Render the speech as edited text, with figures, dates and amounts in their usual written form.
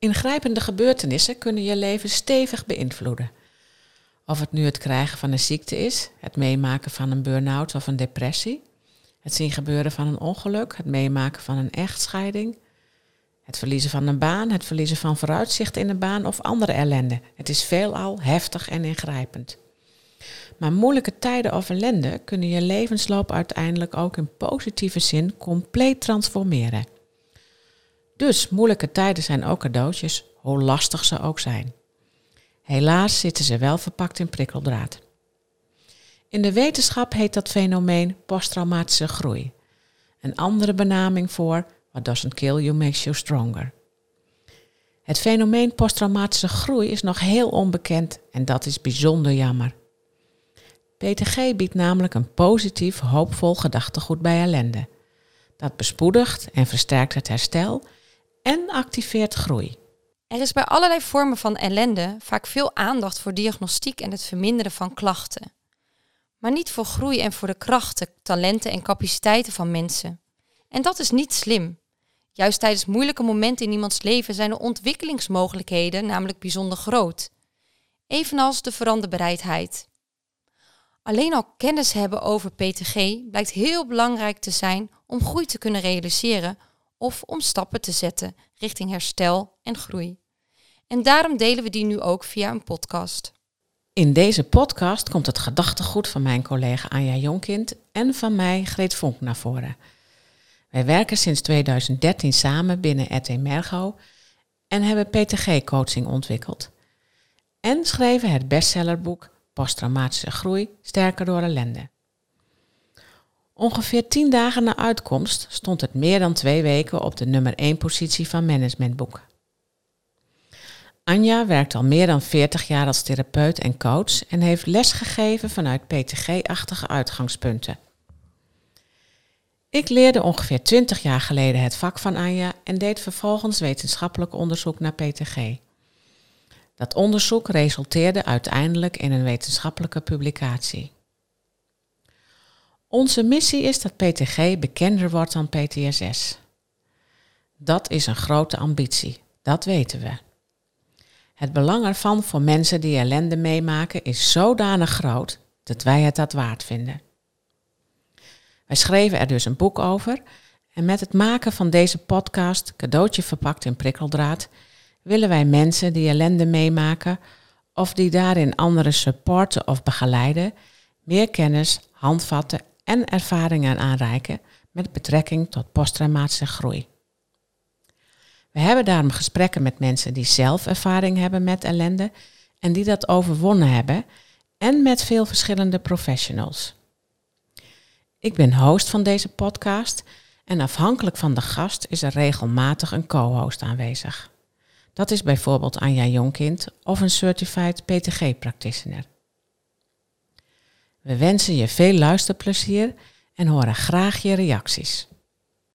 Ingrijpende gebeurtenissen kunnen je leven stevig beïnvloeden. Of het nu het krijgen van een ziekte is, het meemaken van een burn-out of een depressie, het zien gebeuren van een ongeluk, het meemaken van een echtscheiding, het verliezen van een baan, het verliezen van vooruitzicht in een baan of andere ellende. Het is veelal heftig en ingrijpend. Maar moeilijke tijden of ellende kunnen je levensloop uiteindelijk ook in positieve zin compleet transformeren. Dus moeilijke tijden zijn ook cadeautjes, hoe lastig ze ook zijn. Helaas zitten ze wel verpakt in prikkeldraad. In de wetenschap heet dat fenomeen posttraumatische groei. Een andere benaming voor what doesn't kill you makes you stronger. Het fenomeen posttraumatische groei is nog heel onbekend en dat is bijzonder jammer. PTG biedt namelijk een positief, hoopvol gedachtegoed bij ellende. Dat bespoedigt en versterkt het herstel en activeert groei. Er is bij allerlei vormen van ellende vaak veel aandacht voor diagnostiek en het verminderen van klachten. Maar niet voor groei en voor de krachten, talenten en capaciteiten van mensen. En dat is niet slim. Juist tijdens moeilijke momenten in iemands leven zijn de ontwikkelingsmogelijkheden namelijk bijzonder groot. Evenals de veranderbereidheid. Alleen al kennis hebben over PTG blijkt heel belangrijk te zijn om groei te kunnen realiseren of om stappen te zetten richting herstel en groei. En daarom delen we die nu ook via een podcast. In deze podcast komt het gedachtegoed van mijn collega Anja Jonkind en van mij Greet Vonk naar voren. Wij werken sinds 2013 samen binnen RT Mergo en hebben PTG-coaching ontwikkeld. En schreven het bestsellerboek Posttraumatische groei, sterker door ellende. Ongeveer 10 dagen na uitkomst stond het meer dan 2 weken op de nummer 1 positie van managementboek. Anja werkt al meer dan 40 jaar als therapeut en coach en heeft lesgegeven vanuit PTG-achtige uitgangspunten. Ik leerde ongeveer 20 jaar geleden het vak van Anja en deed vervolgens wetenschappelijk onderzoek naar PTG. Dat onderzoek resulteerde uiteindelijk in een wetenschappelijke publicatie. Onze missie is dat PTG bekender wordt dan PTSS. Dat is een grote ambitie, dat weten we. Het belang ervan voor mensen die ellende meemaken is zodanig groot dat wij het dat waard vinden. Wij schreven er dus een boek over en met het maken van deze podcast, cadeautje verpakt in prikkeldraad, willen wij mensen die ellende meemaken of die daarin anderen supporten of begeleiden, meer kennis, handvatten en ervaringen aanreiken met betrekking tot posttraumatische groei. We hebben daarom gesprekken met mensen die zelf ervaring hebben met ellende en die dat overwonnen hebben en met veel verschillende professionals. Ik ben host van deze podcast en afhankelijk van de gast is er regelmatig een co-host aanwezig. Dat is bijvoorbeeld Anja Jonkind of een Certified PTG Practitioner. We wensen je veel luisterplezier en horen graag je reacties.